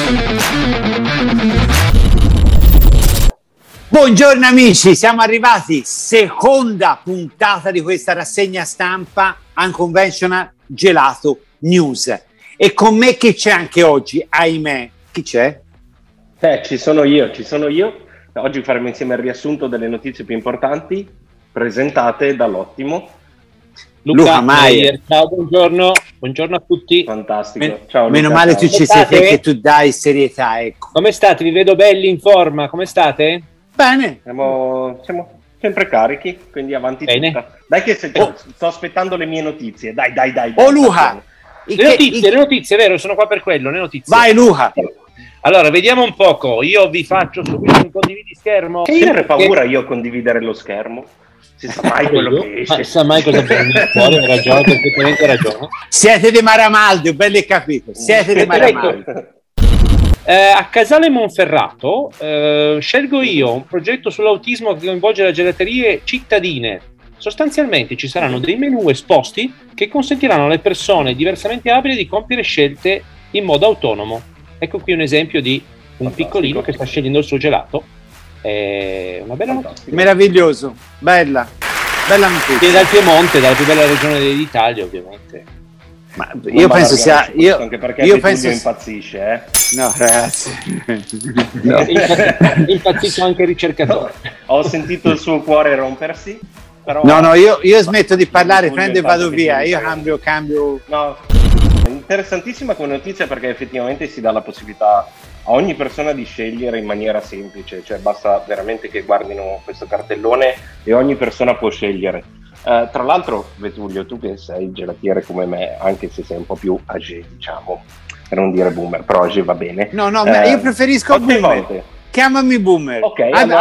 Buongiorno amici, siamo arrivati, seconda puntata di questa rassegna stampa Unconventional Gelato News. E con me chi c'è anche oggi? Ahimè, chi c'è? Ci sono io. Oggi faremo insieme il riassunto delle notizie più importanti presentate dall'ottimo Luca Maier. Ciao, buongiorno a tutti. Fantastico. Ciao Luca. Meno male tu ci sei te che tu dai serietà, ecco. Come state? Vi vedo belli in forma, come state? Bene. Siamo sempre carichi, quindi avanti tutta. Dai che sto aspettando le mie notizie, dai. Oh Luca! Le notizie, vero? Sono qua per quello, le notizie. Vai Luca! Allora, vediamo un poco. Io vi faccio subito un condividi schermo. Ho sempre paura io a condividere lo schermo. Si sa mai quello che esce. Si sa mai cosa prende fuori, hai ragione, perfettamente ragione. Siete di Maramaldo, belli capito. Siete di Maramaldo. A Casale Monferrato scelgo io un progetto sull'autismo che coinvolge le gelaterie cittadine. Sostanzialmente ci saranno dei menu esposti che consentiranno alle persone diversamente abili di compiere scelte in modo autonomo. Ecco qui un esempio di un piccolino che sta scegliendo il suo gelato. È una bella notizia. Meraviglioso, bella notizia. Viene dal Piemonte, dalla più bella regione d'Italia, ovviamente. Ma io penso sia anche perché io penso impazzisce, No, ragazzi. No. Impazzito anche il ricercatore. Ho sentito il suo cuore rompersi. Però No, io smetto di parlare, prendo e vado via. Io cambio. No. Interessantissima come notizia, perché effettivamente si dà la possibilità a ogni persona di scegliere in maniera semplice, cioè basta veramente che guardino questo cartellone e ogni persona può scegliere. Tra l'altro, Vetulio, tu che sei gelatiere come me, anche se sei un po' più age, diciamo, per non dire boomer, però age va bene. No, io preferisco boomer. Chiamami boomer. Ok,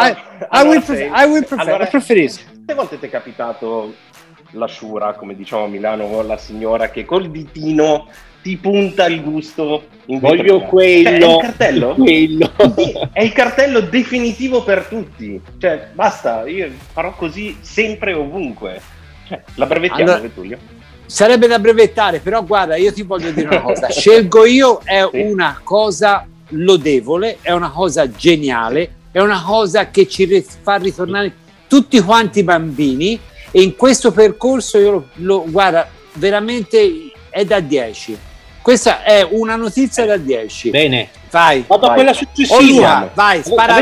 preferisco. Quante volte ti è capitato la sciura, come diciamo a Milano, la signora che col ditino ti punta il gusto in voglio quello, è il cartello? Quello. Sì, è il cartello definitivo per tutti, cioè basta, io farò così sempre ovunque, cioè, la brevettiamo, allora, Vetulio? Sarebbe da brevettare, però guarda, io ti voglio dire una cosa, scelgo io è una cosa lodevole, è una cosa geniale, è una cosa che ci fa ritornare tutti quanti bambini, e in questo percorso io guarda, veramente è da 10. Questa è una notizia da 10. Bene. Vai. Vado a quella successiva. Vai, spara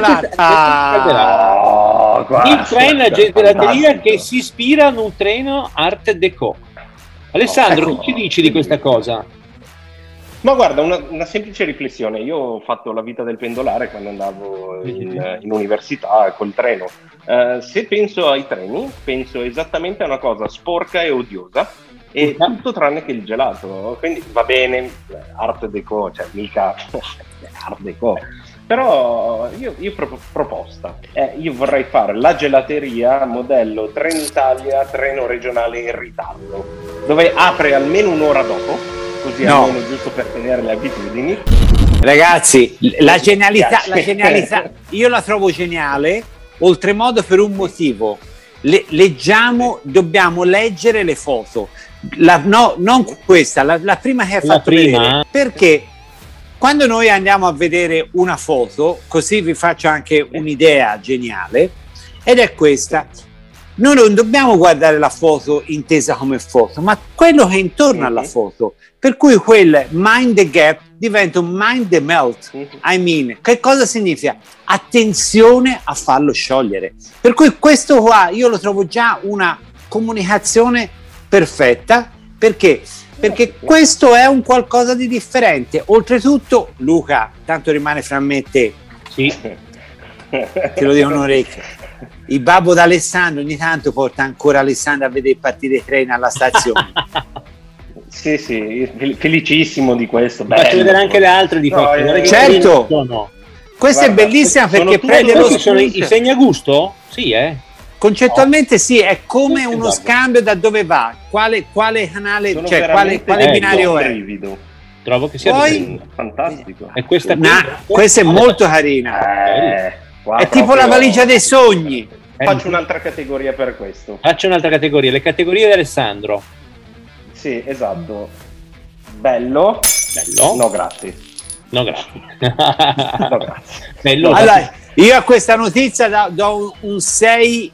il treno gelateria che si ispira ad un treno Art Deco. Alessandro, che ci dici di questa cosa? Ma guarda, una semplice riflessione. Io ho fatto la vita del pendolare quando andavo in università col treno. Se penso ai treni, penso esattamente a una cosa sporca e odiosa, e tutto tranne che il gelato. Quindi va bene, Art Deco, cioè mica Art Deco. Però io proposta. Io vorrei fare la gelateria modello Trenitalia, treno regionale in ritardo, dove apre almeno un'ora dopo, così almeno giusto per tenere le abitudini. Ragazzi, la genialità, io la trovo geniale, oltremodo per un motivo. Leggiamo, dobbiamo leggere le foto. Non questa, la prima che hai fatto vedere. Perché quando noi andiamo a vedere una foto, così vi faccio anche un'idea geniale, ed è questa. Noi non dobbiamo guardare la foto intesa come foto, ma quello che è intorno alla foto. Per cui quel mind the gap diventa un mind the melt. I mean, che cosa significa? Attenzione a farlo sciogliere. Per cui questo qua io lo trovo già una comunicazione perfetta, perché questo è un qualcosa di differente. Oltretutto, Luca, tanto rimane fra me e te. Sì. Te lo dico in orecchio. Il babbo d'Alessandro ogni tanto porta ancora Alessandro a vedere partire i treni alla stazione. Sì, felicissimo di questo. Faccio vedere anche le altre di foto. Certo, questa è bellissima perché prende lo sono i segnagusto? Sì, concettualmente sì, è come uno scambio da dove va, quale canale, cioè quale binario è. Brivido. Trovo che sia fantastico. E questa è molto carina. È tipo la valigia dei sogni. Faccio un'altra categoria per questo. Faccio un'altra categoria, le categorie di Alessandro. Sì, esatto. Bello. Bello. No, grazie. No, grazie. No, grazie. Allora, io a questa notizia do un 6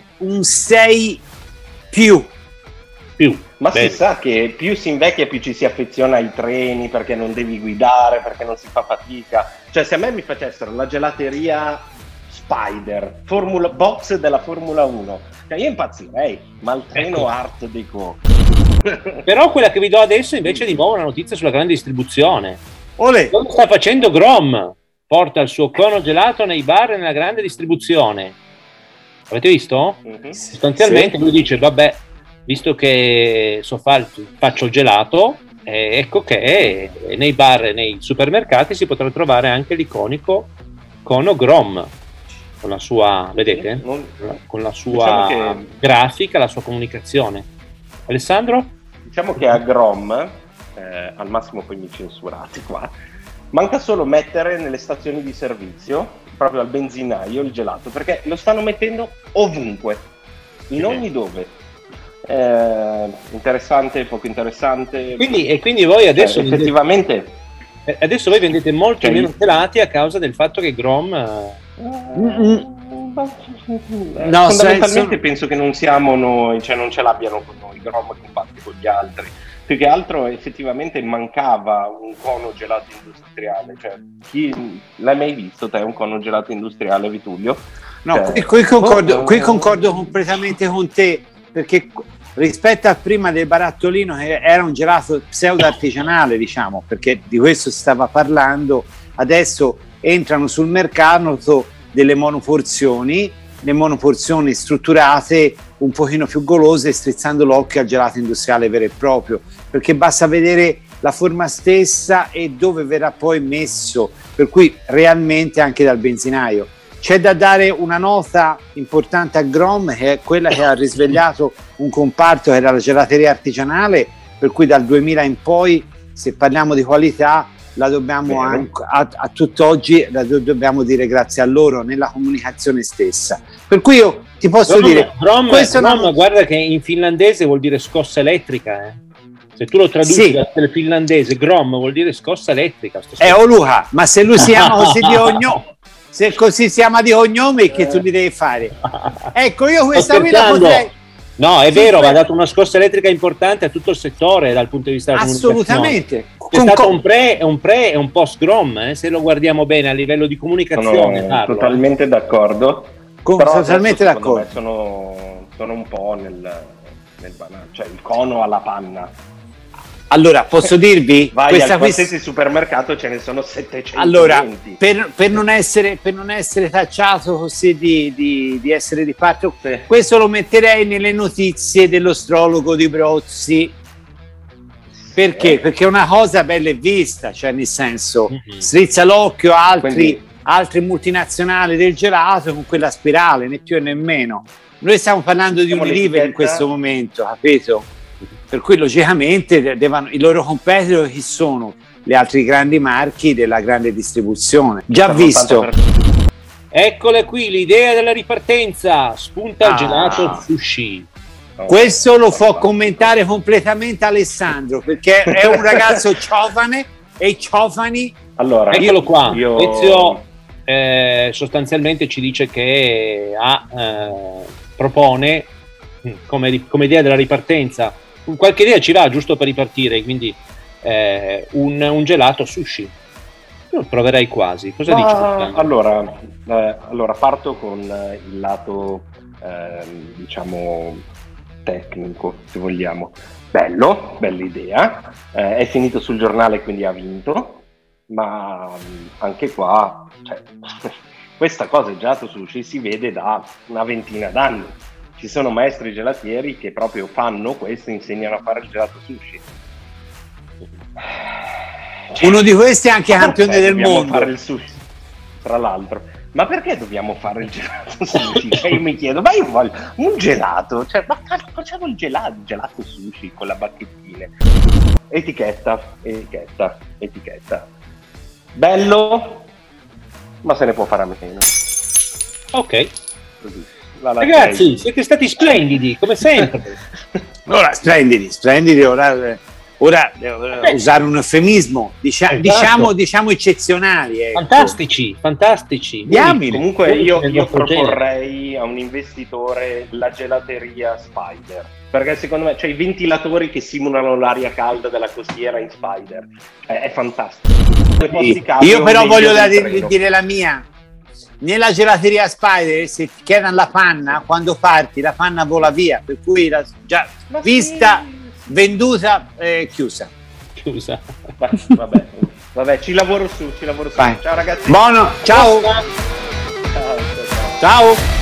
più. Ma Bene. si sa che più si invecchia più ci si affeziona ai treni, perché non devi guidare, perché non si fa fatica. Cioè, se a me mi facessero la gelateria Spider, box della Formula 1, cioè io impazzirei, ma il treno Art Deco. Però quella che vi do adesso invece è di nuovo una notizia sulla grande distribuzione. Olè. Cosa sta facendo Grom? Porta il suo cono gelato nei bar e nella grande distribuzione. Avete visto? Sostanzialmente lui dice, vabbè, visto che faccio il gelato, ecco che nei bar e nei supermercati si potrà trovare anche l'iconico cono Grom, con la sua, vedete? Con la sua grafica, la sua comunicazione. Alessandro? Diciamo che a Grom, al massimo poi mi censurate qua, manca solo mettere nelle stazioni di servizio, proprio al benzinaio, il gelato, perché lo stanno mettendo ovunque, in ogni dove. Interessante, poco interessante. Quindi voi adesso effettivamente adesso voi vendete molto meno gelati a causa del fatto che Grom fondamentalmente penso che non siamo noi, cioè non ce l'abbiano con noi Grom compatti con gli altri. Più che altro effettivamente mancava un cono gelato industriale, cioè l'hai mai visto te un cono gelato industriale, Vitulio? No, qui concordo completamente con te, perché rispetto a prima del barattolino era un gelato pseudo artigianale, diciamo, perché di questo si stava parlando. Adesso entrano sul mercato delle monoporzioni, le monoporzioni strutturate un pochino più golose, strizzando l'occhio al gelato industriale vero e proprio, perché basta vedere la forma stessa e dove verrà poi messo, per cui realmente anche dal benzinaio. C'è da dare una nota importante a Grom, che è quella che ha risvegliato un comparto che era la gelateria artigianale, per cui dal 2000 in poi, se parliamo di qualità, la dobbiamo anche, a tutt'oggi la dobbiamo dire grazie a loro nella comunicazione stessa. Per cui io ti posso dire Grom, guarda che in finlandese vuol dire scossa elettrica, Se tu lo traduci dal finlandese, Grom vuol dire scossa elettrica. Luca, ma se lui si chiama così di cognome, se così si chiama di cognome, che tu li devi fare? Ecco, io questa qui la potrei... No, è vero, ha dato una scossa elettrica importante a tutto il settore dal punto di vista della assolutamente. C'è stato un pre e un post Grom, se lo guardiamo bene a livello di comunicazione. Sono totalmente d'accordo. Totalmente d'accordo. Sono un po' nel banale, cioè il cono alla panna. Allora, posso dirvi? Vai al qualsiasi supermercato, ce ne sono 700. Allora, per non essere tacciato così di essere di parte, questo lo metterei nelle notizie dell'astrologo di Brozzi. Perché? Perché è una cosa bella e vista, cioè nel senso, strizza l'occhio a altri multinazionali del gelato con quella spirale, né più né meno. Noi stiamo parlando di Unilever in questo momento, capito? Per cui logicamente i loro competitor chi sono? Gli altri grandi marchi della grande distribuzione. Già visto. Eccole qui, l'idea della ripartenza. Spunta il gelato sushi. Questo lo può commentare completamente Alessandro, perché è un ragazzo giovane e i giovani... Allora, eccolo qua. Ezio sostanzialmente ci dice che propone come idea della ripartenza, qualche idea ci va giusto per ripartire, quindi un gelato sushi. Io proverei quasi. Cosa dici? Allora parto con il lato diciamo tecnico, se vogliamo. Bella idea, è finito sul giornale, quindi ha vinto, ma anche qua, cioè, questa cosa, il gelato sushi, si vede da una ventina d'anni. Ci sono maestri gelatieri che proprio fanno questo, insegnano a fare il gelato sushi. Uno di questi è anche campione del mondo. Fare il sushi, tra l'altro. Ma perché dobbiamo fare il gelato sushi? Cioè, io mi chiedo, ma io voglio un gelato, cioè, ma facciamo il gelato sushi con la bacchettina. Etichetta. Bello, ma se ne può fare a meno. Ok. Così. Ragazzi, siete stati splendidi, come sempre. Ora, splendidi. Ora ora usare un eufemismo, diciamo eccezionali. Ecco. Fantastici. Comunque io proporrei a un investitore la gelateria Spider, perché secondo me, cioè, i ventilatori che simulano l'aria calda della costiera in Spider, è fantastico. Io però voglio dire la mia. Nella gelateria Spider, se ti chiedono la panna, quando parti la panna vola via, per cui già vista, venduta, chiusa. Vabbè, ci lavoro su. Vai. Ciao ragazzi. Buono, ciao. Ciao.